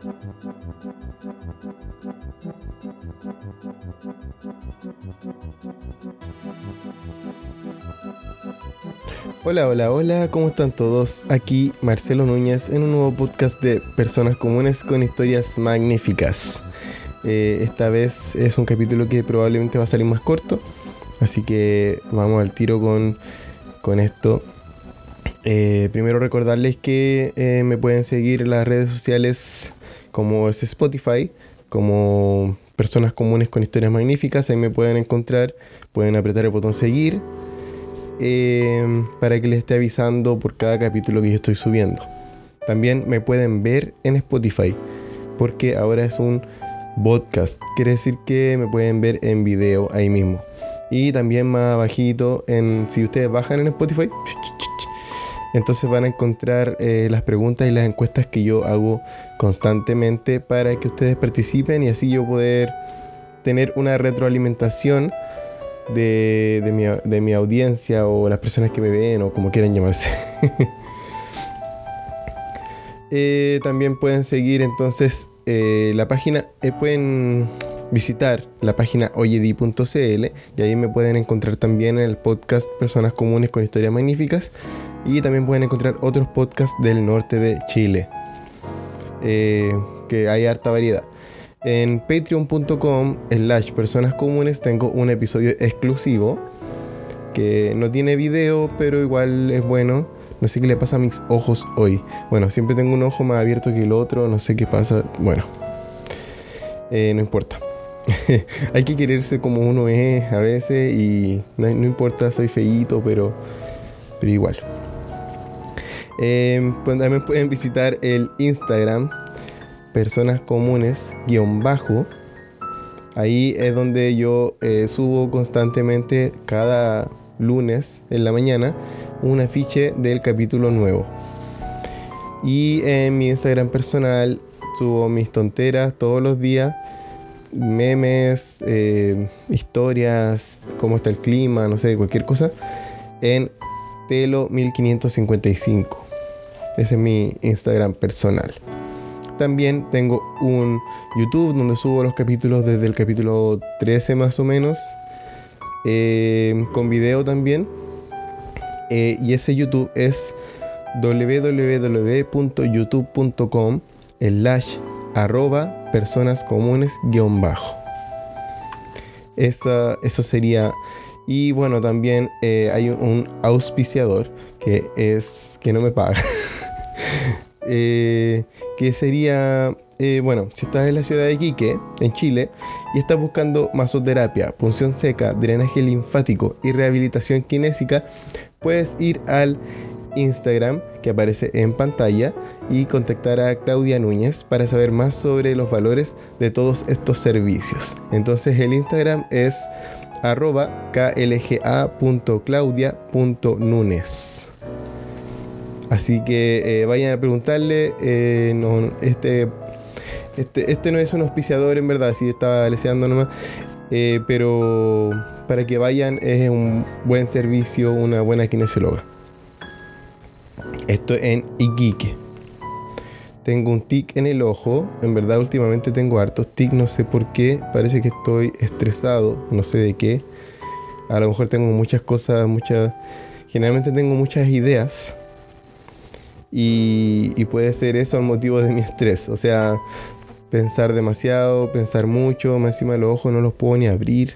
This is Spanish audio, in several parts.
Hola, hola, hola, ¿cómo están todos? Aquí Marcelo Núñez en un nuevo podcast de Personas Comunes con historias magníficas. Esta vez es un capítulo que probablemente va a salir más corto, así que vamos al tiro con esto. Primero recordarles que me pueden seguir en las redes sociales como es Spotify, como Personas Comunes con Historias Magníficas. Ahí me pueden encontrar, pueden apretar el botón seguir para que les esté avisando por cada capítulo que yo estoy subiendo. También me pueden ver en Spotify, porque ahora es un podcast, quiere decir que me pueden ver en video ahí mismo. Y también más abajito, si ustedes bajan en Spotify, entonces van a encontrar las preguntas y las encuestas que yo hago constantemente para que ustedes participen y así yo poder tener una retroalimentación de mi audiencia o las personas que me ven o como quieran llamarse. También pueden seguir entonces la página, pueden visitar la página oyedi.cl y ahí me pueden encontrar también en el podcast Personas Comunes con Historias Magníficas y también pueden encontrar otros podcasts del norte de Chile, que hay harta variedad. En patreon.com/personas comunes tengo un episodio exclusivo que no tiene video, pero igual es bueno. No sé qué le pasa a mis ojos hoy. Bueno, siempre tengo un ojo más abierto que el otro, no sé qué pasa. Bueno, no importa. Hay que quererse como uno es a veces y no importa, soy feíto, pero igual. Pues también pueden visitar el Instagram Personas Comunes _. Ahí es donde yo subo constantemente cada lunes en la mañana un afiche del capítulo nuevo. Y en mi Instagram personal subo mis tonteras todos los días, memes, historias, cómo está el clima, no sé, cualquier cosa, en Telo1555. Ese es mi Instagram personal. También tengo un YouTube donde subo los capítulos desde el capítulo 13 más o menos, con video también. Y ese YouTube es www.youtube.com/personascomunes_. Eso sería. Y bueno, también hay un auspiciador que no me paga. Que sería, bueno, si estás en la ciudad de Iquique, en Chile, y estás buscando masoterapia, punción seca, drenaje linfático y rehabilitación kinésica, puedes ir al Instagram que aparece en pantalla y contactar a Claudia Núñez para saber más sobre los valores de todos estos servicios. Entonces el Instagram es @klga.claudia.nunes. Así que vayan a preguntarle. Este no es un auspiciador en verdad, sí estaba leseando nomás. Pero para que vayan, es un buen servicio, una buena kinesióloga. Esto en Iquique. Tengo un tic en el ojo. En verdad últimamente tengo hartos tic, no sé por qué. Parece que estoy estresado, no sé de qué. A lo mejor tengo muchas cosas, generalmente tengo muchas ideas. Y puede ser eso el motivo de mi estrés. O sea, pensar demasiado, pensar mucho, más encima los ojos no los puedo ni abrir.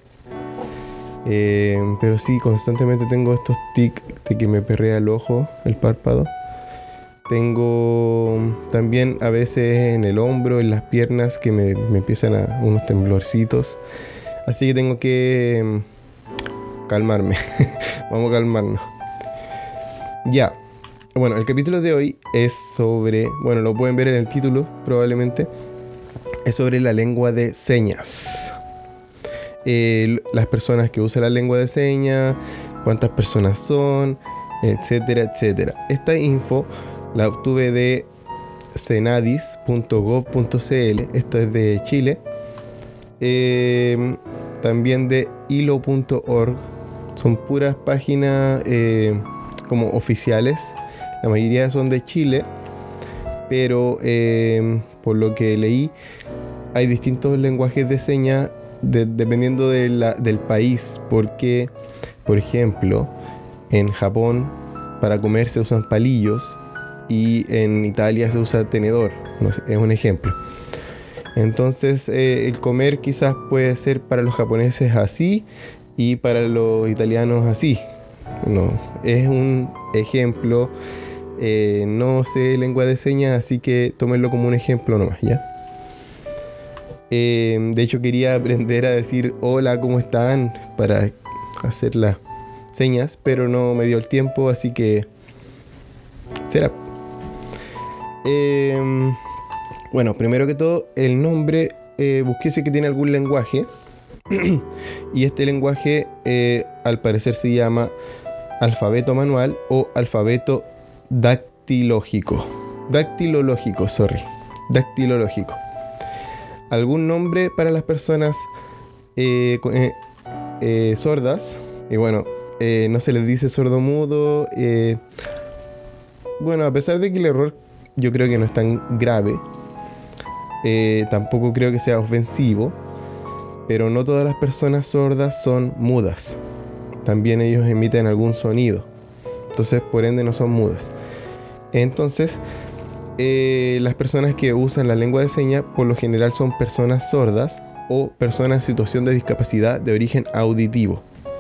Pero sí, constantemente tengo estos tics de que me perrea el ojo, el párpado. Tengo también a veces en el hombro, en las piernas, que me empiezan unos temblorcitos. Así que tengo que calmarme. Vamos a calmarnos. Ya. Bueno, el capítulo de hoy es sobre, bueno, lo pueden ver en el título probablemente, es sobre la lengua de señas. Las personas que usan la lengua de señas, cuántas personas son, etcétera, etcétera. Esta info la obtuve de cenadis.gov.cl, esta es de Chile. También de hilo.org, son puras páginas como oficiales. La mayoría son de Chile, pero por lo que leí, hay distintos lenguajes de señas dependiendo del país, porque, por ejemplo, en Japón para comer se usan palillos y en Italia se usa tenedor, no sé, es un ejemplo. Entonces el comer quizás puede ser para los japoneses así y para los italianos así. No, es un ejemplo. No sé lengua de señas, así que tómenlo como un ejemplo nomás, ¿ya? De hecho quería aprender a decir hola, ¿cómo están? Para hacer las señas, pero no me dio el tiempo, así que será. Bueno, primero que todo, el nombre, busqué si que tiene algún lenguaje. Y este lenguaje al parecer se llama alfabeto manual o alfabeto dactilológico. Dactilológico. Algún nombre para las personas sordas. Y bueno, no se les dice sordomudo. Bueno, a pesar de que el error yo creo que no es tan grave, tampoco creo que sea ofensivo, pero no todas las personas sordas son mudas. También ellos emiten algún sonido, entonces por ende no son mudas. Entonces las personas que usan la lengua de señas por lo general son personas sordas o personas en situación de discapacidad de origen auditivo.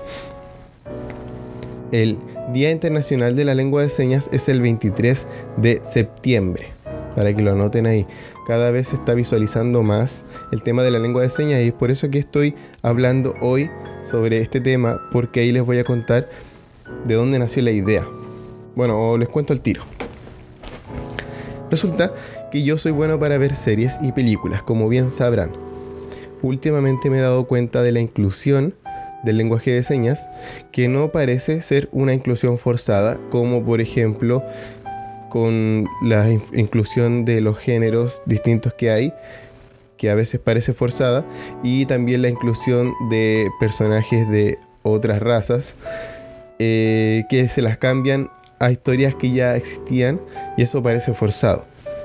El Día Internacional de la Lengua de Señas es el 23 de septiembre, para que lo anoten ahí. Cada vez se está visualizando más el tema de la lengua de señas y es por eso que estoy hablando hoy sobre este tema, porque ahí les voy a contar de dónde nació la idea. Bueno, les cuento al tiro. Resulta que yo soy bueno para ver series y películas, como bien sabrán. Últimamente me he dado cuenta de la inclusión del lenguaje de señas, que no parece ser una inclusión forzada, como por ejemplo con la inclusión de los géneros distintos que hay, que a veces parece forzada, y también la inclusión de personajes de otras razas que se las cambian a historias que ya existían, y eso parece forzado.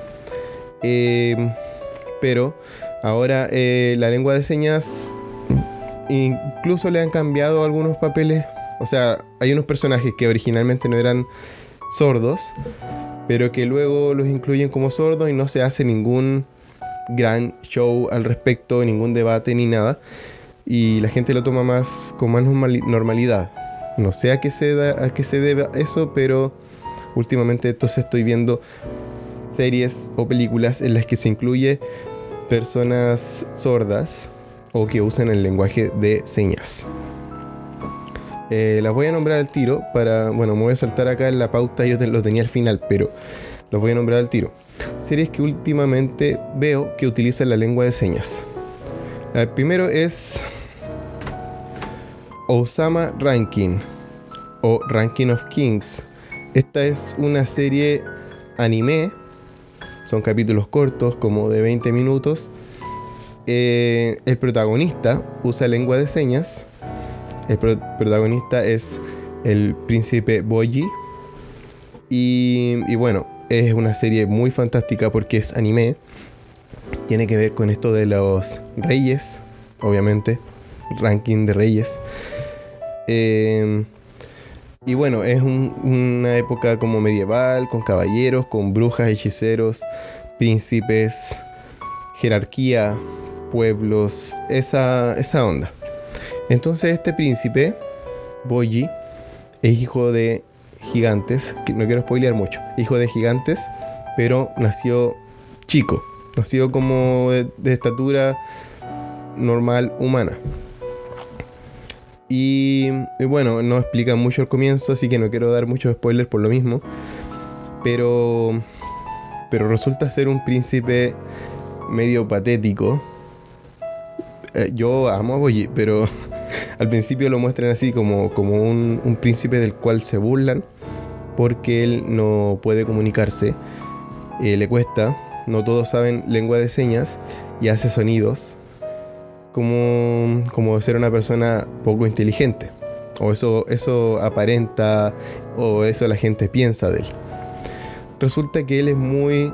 Pero ahora la lengua de señas incluso le han cambiado algunos papeles. O sea, hay unos personajes que originalmente no eran sordos, pero que luego los incluyen como sordos y no se hace ningún gran show al respecto, ningún debate ni nada, y la gente lo toma con más normalidad. No sé a qué se debe eso, pero últimamente entonces estoy viendo series o películas en las que se incluye personas sordas o que usan el lenguaje de señas. Las voy a nombrar al tiro bueno, me voy a saltar acá en la pauta, yo lo tenía al final, pero los voy a nombrar al tiro. Series que últimamente veo que utilizan la lengua de señas. El primero es Osama Ranking o Ranking of Kings. Esta es una serie anime, son capítulos cortos como de 20 minutos. El protagonista usa lengua de señas. El protagonista es el príncipe Boji. Y bueno, es una serie muy fantástica porque es anime. Tiene que ver con esto de los reyes, obviamente. Ranking de reyes. Y bueno, es una época como medieval, con caballeros, con brujas, hechiceros, príncipes, jerarquía, pueblos, esa onda. Entonces este príncipe, Boji, es hijo de gigantes, que no quiero spoilear mucho, hijo de gigantes, pero nació chico, nació como de estatura normal humana. Y bueno, no explica mucho el comienzo, así que no quiero dar muchos spoilers por lo mismo. Pero resulta ser un príncipe medio patético. Yo amo a Boji, pero al principio lo muestran así como un príncipe del cual se burlan porque él no puede comunicarse. Le cuesta, no todos saben lengua de señas y hace sonidos como ser una persona poco inteligente, o eso aparenta, o eso la gente piensa de él. Resulta que él es muy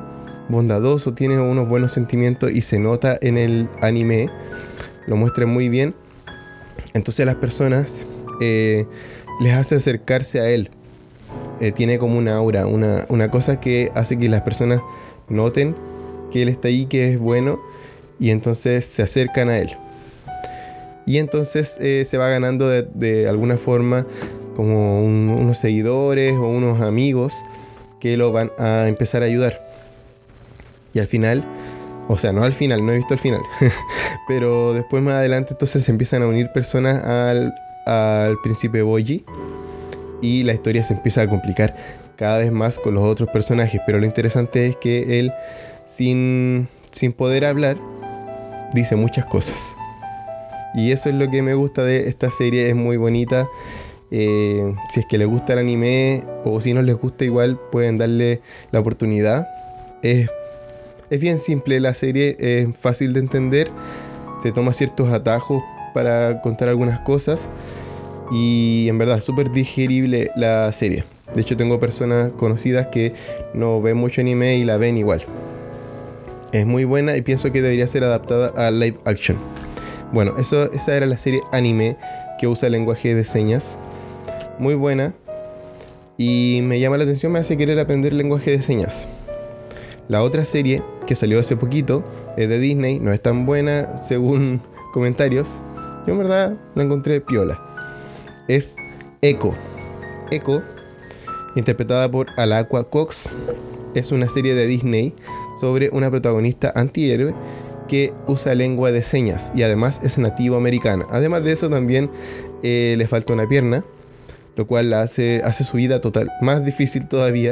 bondadoso, tiene unos buenos sentimientos y se nota en el anime, lo muestra muy bien. Entonces a las personas les hace acercarse a él. Tiene como una aura, una cosa que hace que las personas noten que él está ahí, que es bueno, y entonces se acercan a él. Y entonces se va ganando de alguna forma como unos seguidores o unos amigos que lo van a empezar a ayudar. Y al final, o sea, no al final, no he visto el final, pero después más adelante entonces se empiezan a unir personas al príncipe Boji y la historia se empieza a complicar cada vez más con los otros personajes. Pero lo interesante es que él, sin poder hablar, dice muchas cosas. Y eso es lo que me gusta de esta serie, es muy bonita. Si es que les gusta el anime o si no les gusta, igual pueden darle la oportunidad. Es bien simple la serie, es fácil de entender, se toma ciertos atajos para contar algunas cosas y en verdad súper digerible la serie. De hecho tengo personas conocidas que no ven mucho anime y la ven igual. Es muy buena y pienso que debería ser adaptada a live action. Bueno, esa era la serie anime que usa el lenguaje de señas. Muy buena y me llama la atención, me hace querer aprender lenguaje de señas. La otra serie que salió hace poquito es de Disney, no es tan buena según comentarios. Yo en verdad la encontré piola. Es Echo. Echo, interpretada por Alaqua Cox, es una serie de Disney sobre una protagonista antihéroe que usa lengua de señas y además es nativo americana. Además de eso también le falta una pierna, lo cual la hace su vida total más difícil todavía.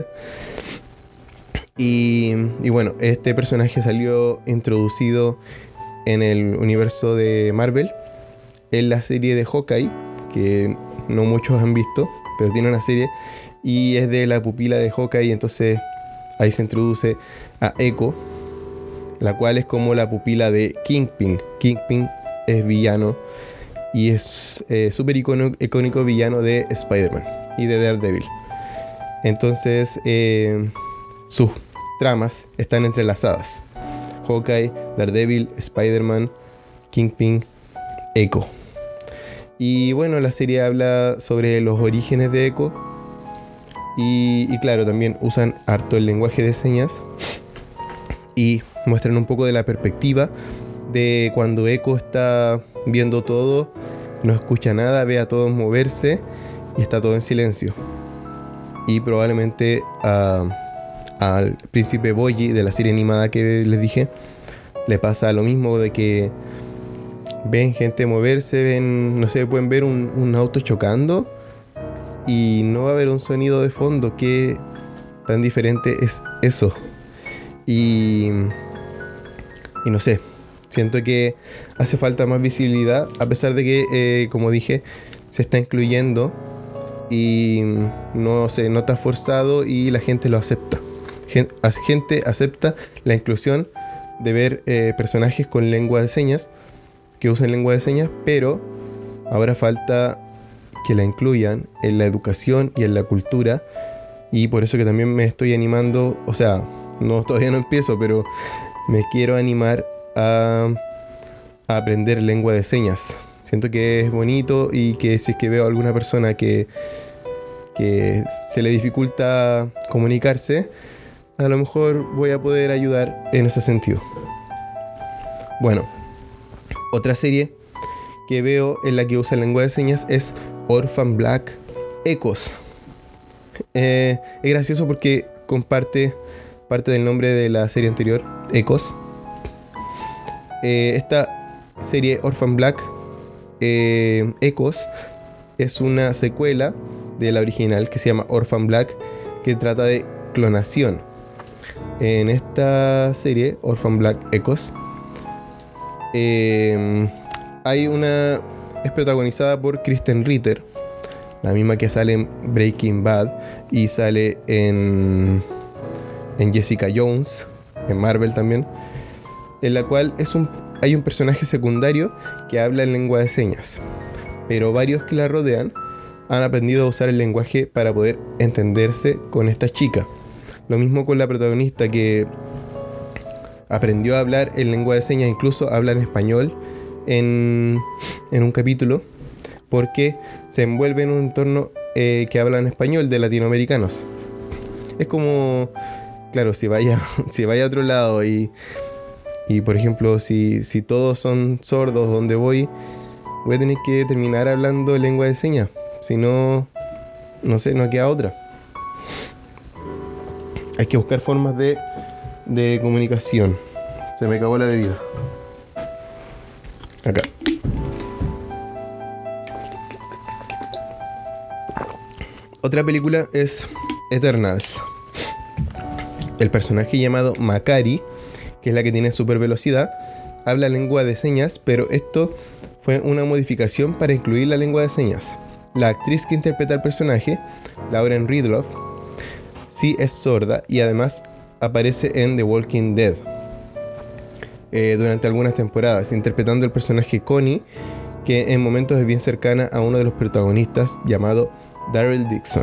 Y bueno, este personaje salió introducido en el universo de Marvel en la serie de Hawkeye, que no muchos han visto, pero tiene una serie y es de la pupila de Hawkeye. Entonces ahí se introduce a Echo, la cual es como la pupila de Kingpin. Kingpin es villano y es súper icónico villano de Spider-Man y de Daredevil. Entonces sus tramas están entrelazadas: Hawkeye, Daredevil, Spider-Man, Kingpin, Echo. Y bueno, la serie habla sobre los orígenes de Echo y claro, también usan harto el lenguaje de señas y muestran un poco de la perspectiva de cuando Echo está viendo todo, no escucha nada, ve a todos moverse y está todo en silencio. Y probablemente al príncipe Boji de la serie animada que les dije le pasa lo mismo, de que ven gente moverse, no sé, pueden ver un auto chocando y no va a haber un sonido de fondo. Qué tan diferente es eso. Y no sé, siento que hace falta más visibilidad, a pesar de que, como dije, se está incluyendo y no se nota forzado y la gente lo acepta. Gente acepta la inclusión de ver personajes con lengua de señas, que usan lengua de señas, pero ahora falta que la incluyan en la educación y en la cultura. Y por eso que también me estoy animando, o sea, todavía no empiezo, pero me quiero animar a aprender lengua de señas. Siento que es bonito y que si es que veo a alguna persona que se le dificulta comunicarse, a lo mejor voy a poder ayudar en ese sentido. Bueno, otra serie que veo en la que usa lengua de señas es Orphan Black Echoes. Es gracioso porque comparte parte del nombre de la serie anterior, Echoes. Esta serie Orphan Black Echoes es una secuela de la original que se llama Orphan Black, que trata de clonación. En esta serie Orphan Black Echoes es protagonizada por Kristen Ritter, la misma que sale en Breaking Bad y sale en Jessica Jones, en Marvel también, en la cual hay un personaje secundario que habla en lengua de señas, pero varios que la rodean han aprendido a usar el lenguaje para poder entenderse con esta chica. Lo mismo con la protagonista, que aprendió a hablar en lengua de señas, incluso habla en español en un capítulo, porque se envuelve en un entorno que habla en español de latinoamericanos. Es como, claro, si vaya a otro lado y por ejemplo, si todos son sordos donde voy a tener que terminar hablando lengua de señas. Si no, no sé, no queda otra. Hay que buscar formas de comunicación. Se me acabó la bebida. Acá. Otra película es Eternals. El personaje llamado Makari, que es la que tiene super velocidad, habla lengua de señas, pero esto fue una modificación para incluir la lengua de señas. La actriz que interpreta al personaje, Lauren Ridloff, sí es sorda y además aparece en The Walking Dead durante algunas temporadas, interpretando el personaje Connie, que en momentos es bien cercana a uno de los protagonistas llamado Daryl Dixon.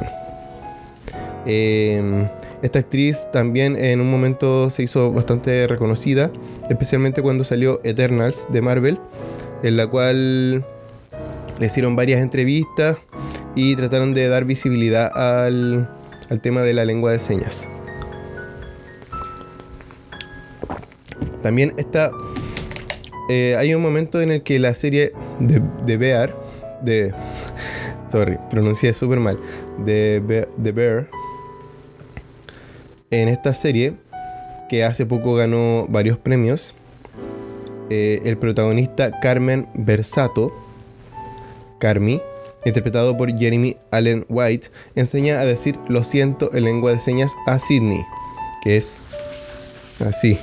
Esta actriz también en un momento se hizo bastante reconocida, especialmente cuando salió Eternals de Marvel, en la cual le hicieron varias entrevistas y trataron de dar visibilidad al tema de la lengua de señas. También hay un momento en el que la serie de Bear, pronuncié súper mal, de Bear, en esta serie, que hace poco ganó varios premios, el protagonista Carmen Versato, Carmi, interpretado por Jeremy Allen White, enseña a decir lo siento en lengua de señas a Sydney, que es así.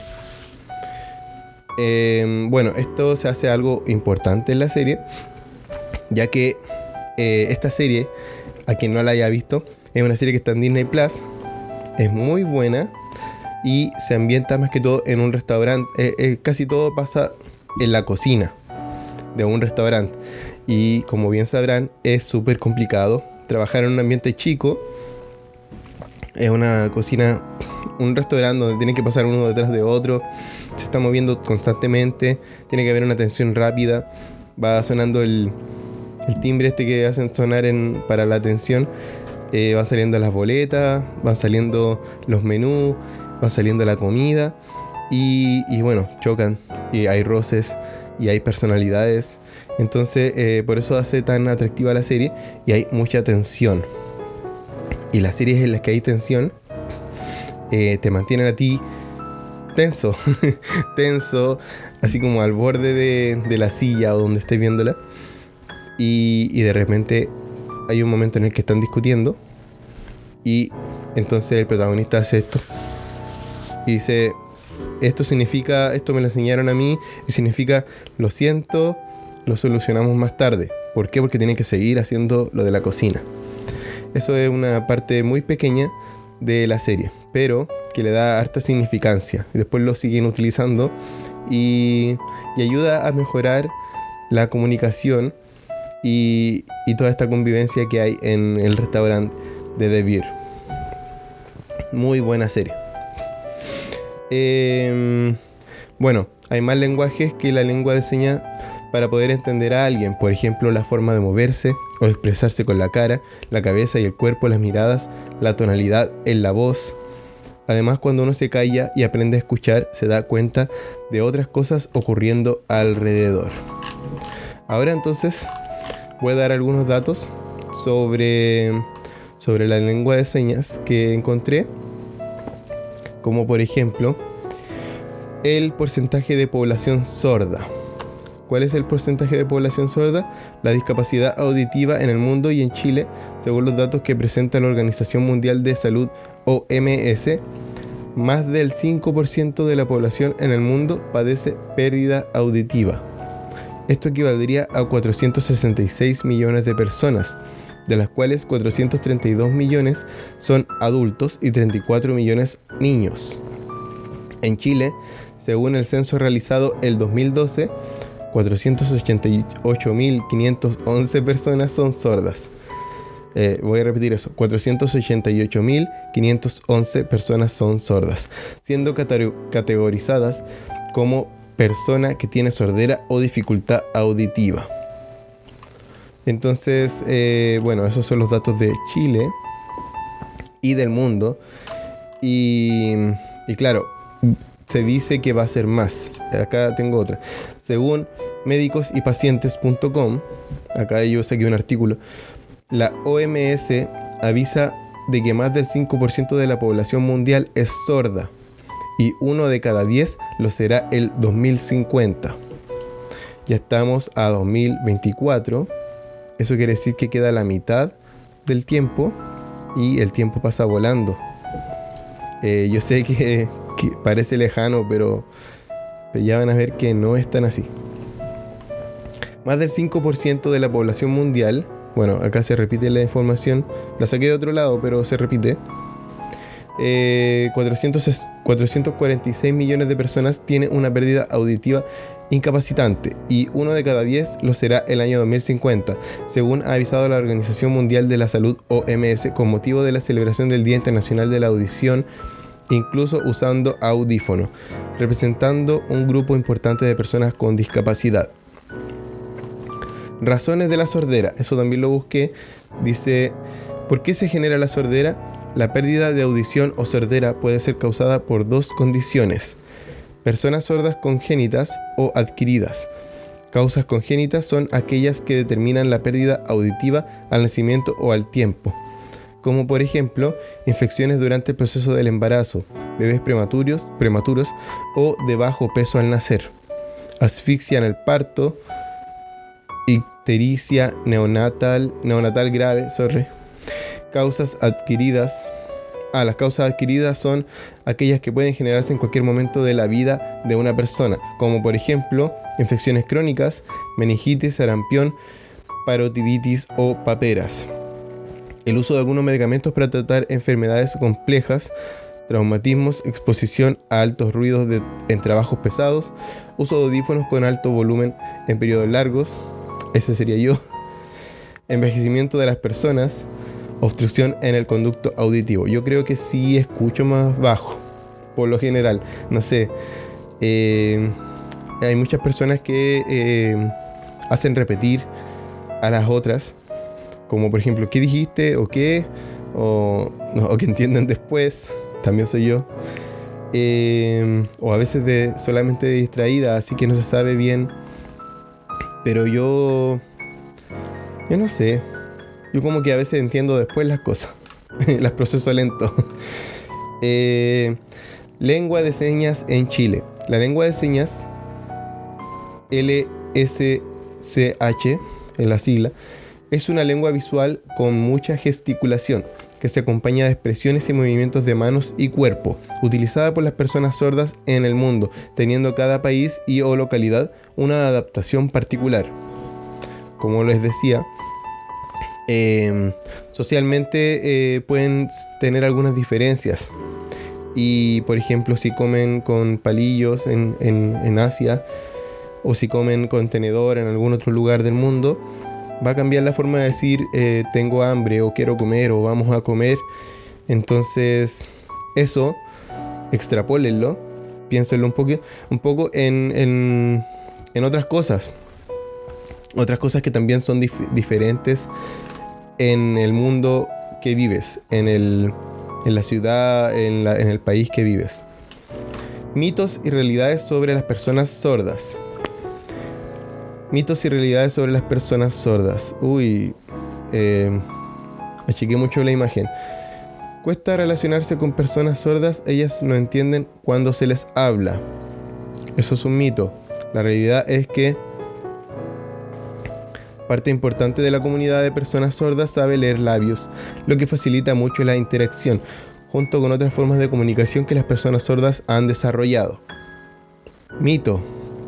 Bueno, esto se hace algo importante en la serie, ya que esta serie, a quien no la haya visto, es una serie que está en Disney Plus, es muy buena y se ambienta más que todo en un restaurante. Casi todo pasa en la cocina de un restaurante, y como bien sabrán, es súper complicado trabajar en un ambiente chico. Es una cocina, un restaurante donde tienen que pasar uno detrás de otro, se está moviendo constantemente, tiene que haber una atención rápida, va sonando el timbre que hacen sonar para la atención, van saliendo las boletas, van saliendo los menús, va saliendo la comida y bueno, chocan y hay roces y hay personalidades. Entonces por eso hace tan atractiva la serie, y hay mucha tensión. Y las series en las que hay tensión te mantienen a ti tenso, tenso, así como al borde de la silla o donde estés viéndola. Y de repente hay un momento en el que están discutiendo y entonces el protagonista hace esto y dice: esto significa, esto me lo enseñaron a mí y significa lo siento, lo solucionamos más tarde. ¿Por qué? Porque tienen que seguir haciendo lo de la cocina. Eso es una parte muy pequeña de la serie, pero que le da harta significancia, y después lo siguen utilizando y ayuda a mejorar la comunicación y toda esta convivencia que hay en el restaurante de The Bear. Muy buena serie. Bueno, hay más lenguajes que la lengua de señas para poder entender a alguien. Por ejemplo, la forma de moverse o expresarse con la cara, la cabeza y el cuerpo, las miradas, la tonalidad en la voz. Además, cuando uno se calla y aprende a escuchar, se da cuenta de otras cosas ocurriendo alrededor. Ahora entonces voy a dar algunos datos sobre la lengua de señas que encontré, como por ejemplo el porcentaje de población sorda. ¿Cuál es el porcentaje de población sorda? La discapacidad auditiva en el mundo y en Chile, según los datos que presenta la Organización Mundial de Salud, OMS, más del 5% de la población en el mundo padece pérdida auditiva. Esto equivaldría a 466 millones de personas, de las cuales 432 millones son adultos y 34 millones niños. En Chile, según el censo realizado el 2012, 488.511 personas son sordas. Voy a repetir eso. 488.511 personas son sordas, siendo categorizadas como persona que tiene sordera o dificultad auditiva. Entonces, bueno, esos son los datos de Chile y del mundo. Y claro, se dice que va a ser más. Acá tengo otra. Según médicosypacientes.com, acá yo saqué un artículo, la OMS avisa de que más del 5% de la población mundial es sorda y 1 de cada 10 lo será el 2050. Ya estamos a 2024. Eso quiere decir que queda la mitad del tiempo y el tiempo pasa volando. Yo sé que parece lejano, pero ya van a ver que no es tan así. Más del 5% de la población mundial, bueno, acá se repite la información, la saqué de otro lado, pero se repite. 446 millones de personas tienen una pérdida auditiva incapacitante y 1 de cada 10 lo será el año 2050, según ha avisado la Organización Mundial de la Salud, OMS, con motivo de la celebración del Día Internacional de la Audición, incluso usando audífonos, representando un grupo importante de personas con discapacidad. Razones de la sordera, eso también lo busqué. Dice, ¿por qué se genera la sordera? La pérdida de audición o sordera puede ser causada por dos condiciones: personas sordas congénitas o adquiridas. Causas congénitas son aquellas que determinan la pérdida auditiva al nacimiento o al tiempo, como por ejemplo infecciones durante el proceso del embarazo, bebés prematuros o de bajo peso al nacer, asfixia en el parto, ictericia neonatal grave, Causas adquiridas. Las causas adquiridas son aquellas que pueden generarse en cualquier momento de la vida de una persona, como por ejemplo infecciones crónicas, meningitis, sarampión, parotiditis o paperas. El uso de algunos medicamentos para tratar enfermedades complejas, traumatismos, exposición a altos ruidos en trabajos pesados, uso de audífonos con alto volumen en periodos largos, ese sería yo, envejecimiento de las personas, obstrucción en el conducto auditivo. Yo creo que sí escucho más bajo, por lo general. No sé, hay muchas personas que hacen repetir a las otras, como por ejemplo, ¿qué dijiste? ¿O qué? O que entienden después. También soy yo. O a veces solamente distraída, así que no se sabe bien. Pero yo no sé. Yo como que a veces entiendo después las cosas. Las proceso lento. Lengua de señas en Chile. La lengua de señas, LSCH, en la sigla, es una lengua visual con mucha gesticulación, que se acompaña de expresiones y movimientos de manos y cuerpo, utilizada por las personas sordas en el mundo, teniendo cada país y o localidad una adaptación particular. Como les decía, socialmente pueden tener algunas diferencias. Y por ejemplo, si comen con palillos en Asia, o si comen con tenedor en algún otro lugar del mundo, va a cambiar la forma de decir tengo hambre, o quiero comer, o vamos a comer. Entonces eso, extrapólenlo, piénsenlo un poco en otras cosas que también son diferentes en el mundo que vives, en la ciudad, en el país que vives. Mitos y realidades sobre las personas sordas. Mitos y realidades sobre las personas sordas. Achiqué mucho la imagen. Cuesta relacionarse con personas sordas, ellas no entienden cuando se les habla. Eso es un mito. La realidad es que parte importante de la comunidad de personas sordas sabe leer labios, lo que facilita mucho la interacción, junto con otras formas de comunicación que las personas sordas han desarrollado. Mito.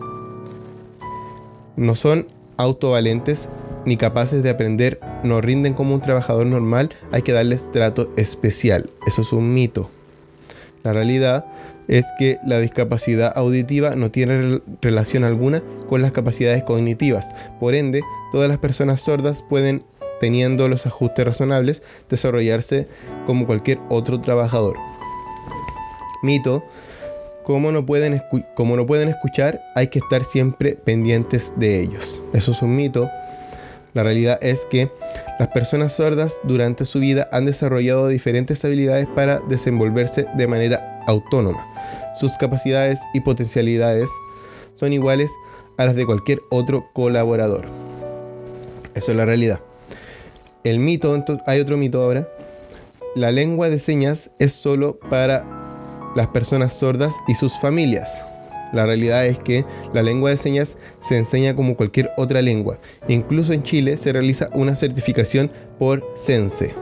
No son autovalentes ni capaces de aprender, no rinden como un trabajador normal, hay que darles trato especial. Eso es un mito. La realidad es que la discapacidad auditiva no tiene relación alguna con las capacidades cognitivas. Por ende, todas las personas sordas pueden teniendo los ajustes razonables, desarrollarse como cualquier otro trabajador. Mito: como no pueden escuchar, hay que estar siempre pendientes de ellos. Eso es un mito. La realidad es que las personas sordas durante su vida han desarrollado diferentes habilidades para desenvolverse de manera autónoma. Sus capacidades y potencialidades son iguales a las de cualquier otro colaborador. Eso es la realidad. El mito, entonces, hay otro mito ahora. La lengua de señas es solo para las personas sordas y sus familias. La realidad es que la lengua de señas se enseña como cualquier otra lengua. Incluso en Chile se realiza una certificación por CENSE.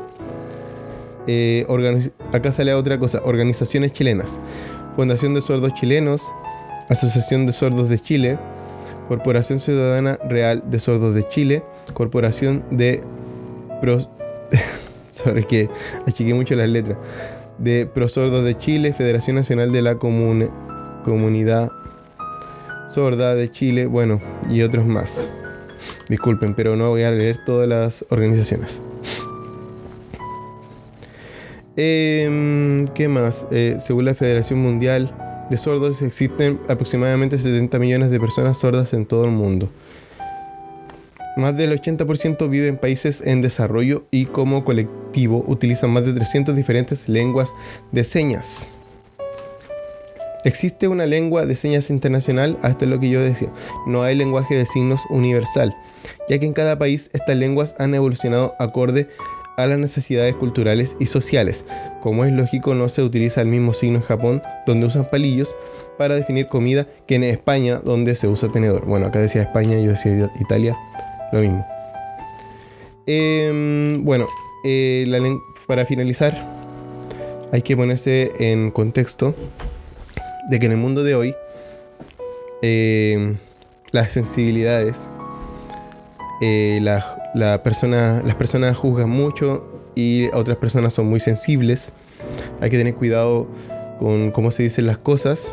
Acá sale otra cosa. Organizaciones chilenas: Fundación de Sordos Chilenos, Asociación de Sordos de Chile, Corporación Ciudadana Real de Sordos de Chile, Corporación de Sobre que achiqué mucho las letras. De Prosordos de Chile, Federación Nacional de la Comunidad Sorda de Chile, bueno, y otros más. Disculpen, pero no voy a leer todas las organizaciones. ¿Qué más? Según la Federación Mundial de Sordos, existen aproximadamente 70 millones de personas sordas en todo el mundo. Más del 80% vive en países en desarrollo y como colectivo utilizan más de 300 diferentes lenguas de señas. Existe una lengua de señas internacional, hasta lo que yo decía. No hay lenguaje de signos universal, ya que en cada país estas lenguas han evolucionado acorde a las necesidades culturales y sociales. Como es lógico, no se utiliza el mismo signo en Japón, donde usan palillos para definir comida, que en España, donde se usa tenedor. Bueno, acá decía España, yo decía Italia, lo mismo. Para finalizar, hay que ponerse en contexto de que en el mundo de hoy las sensibilidades, las personas juzgan mucho y otras personas son muy sensibles. Hay que tener cuidado con cómo se dicen las cosas.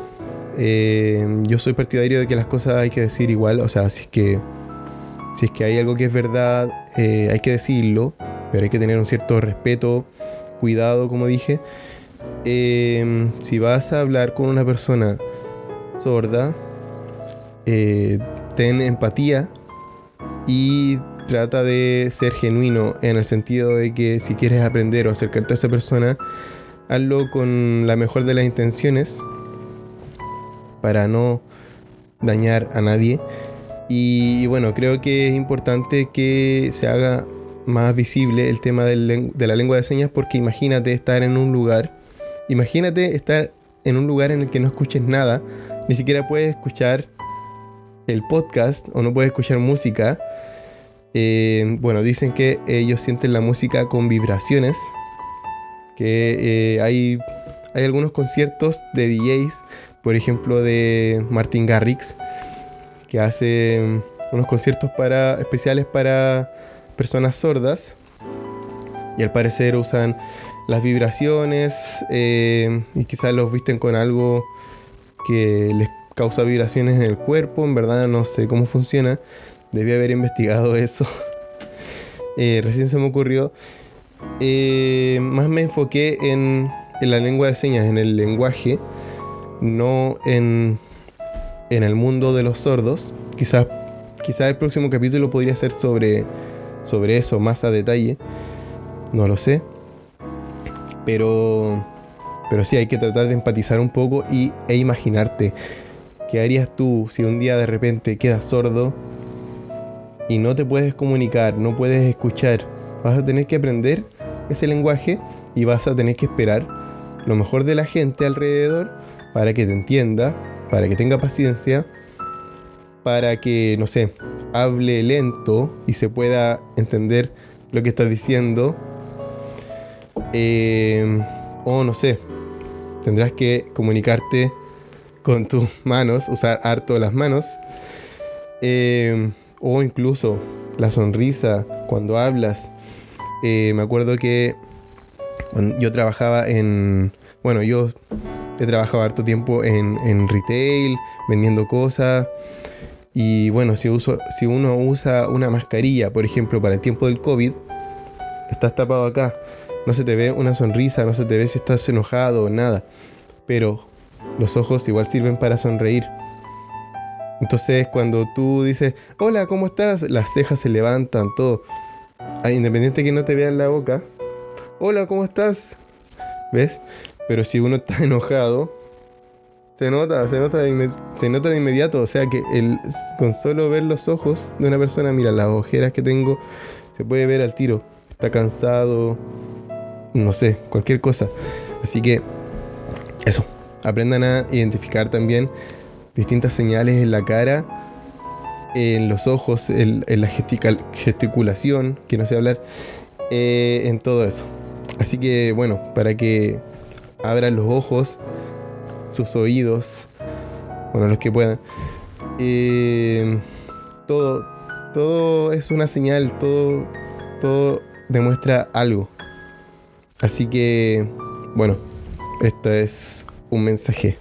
Yo soy partidario de que las cosas hay que decir igual. O sea, si es que hay algo que es verdad, hay que decirlo, pero hay que tener un cierto respeto, cuidado, como dije. Si vas a hablar con una persona sorda, ten empatía y trata de ser genuino, en el sentido de que si quieres aprender o acercarte a esa persona, hazlo con la mejor de las intenciones para no dañar a nadie. Y bueno, creo que es importante que se haga más visible el tema de la lengua de señas, porque imagínate estar en un lugar en el que no escuches nada, ni siquiera puedes escuchar el podcast o no puedes escuchar música. Dicen que ellos sienten la música con vibraciones, que hay algunos conciertos de DJs, por ejemplo de Martin Garrix, que hace unos conciertos especiales para personas sordas, y al parecer usan las vibraciones y quizás los visten con algo que les causa vibraciones en el cuerpo. En verdad no sé cómo funciona, debí haber investigado eso. Recién se me ocurrió. Más me enfoqué en la lengua de señas, en el lenguaje, no en el mundo de los sordos. Quizás el próximo capítulo podría ser sobre eso más a detalle, no lo sé, pero sí hay que tratar de empatizar un poco e imaginarte qué harías tú si un día de repente quedas sordo y no te puedes comunicar, no puedes escuchar. Vas a tener que aprender ese lenguaje y vas a tener que esperar lo mejor de la gente alrededor para que te entienda, para que tenga paciencia, para que, no sé, hable lento y se pueda entender lo que estás diciendo. O no sé, tendrás que comunicarte con tus manos, usar harto las manos. O incluso la sonrisa cuando hablas. Me acuerdo que cuando yo trabajaba yo he trabajado harto tiempo en retail, vendiendo cosas. Y bueno, si uno usa una mascarilla, por ejemplo, para el tiempo del COVID, estás tapado acá, no se te ve una sonrisa, no se te ve si estás enojado o nada, pero los ojos igual sirven para sonreír. Entonces cuando tú dices, hola, ¿cómo estás? Las cejas se levantan, todo. Independiente que no te vean la boca, hola, ¿cómo estás? ¿Ves? Pero si uno está enojado, se nota de inmediato. O sea que con solo ver los ojos de una persona, mira, las ojeras que tengo, se puede ver al tiro. Está cansado, no sé, cualquier cosa. Así que eso, aprendan a identificar también distintas señales en la cara, en los ojos, en la gesticulación, que no sé hablar, en todo eso. Así que bueno, para que abran los ojos, sus oídos, bueno, los que puedan, todo, todo es una señal, todo demuestra algo. Así que, bueno, esto es un mensaje.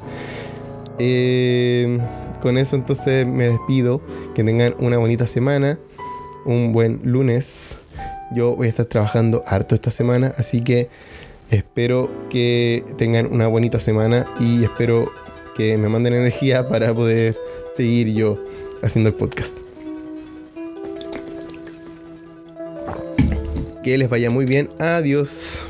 Con eso entonces me despido. Que tengan una bonita semana, un buen lunes. Yo voy a estar trabajando harto esta semana, así que espero que tengan una bonita semana y espero que me manden energía para poder seguir yo haciendo el podcast. Que les vaya muy bien. Adiós.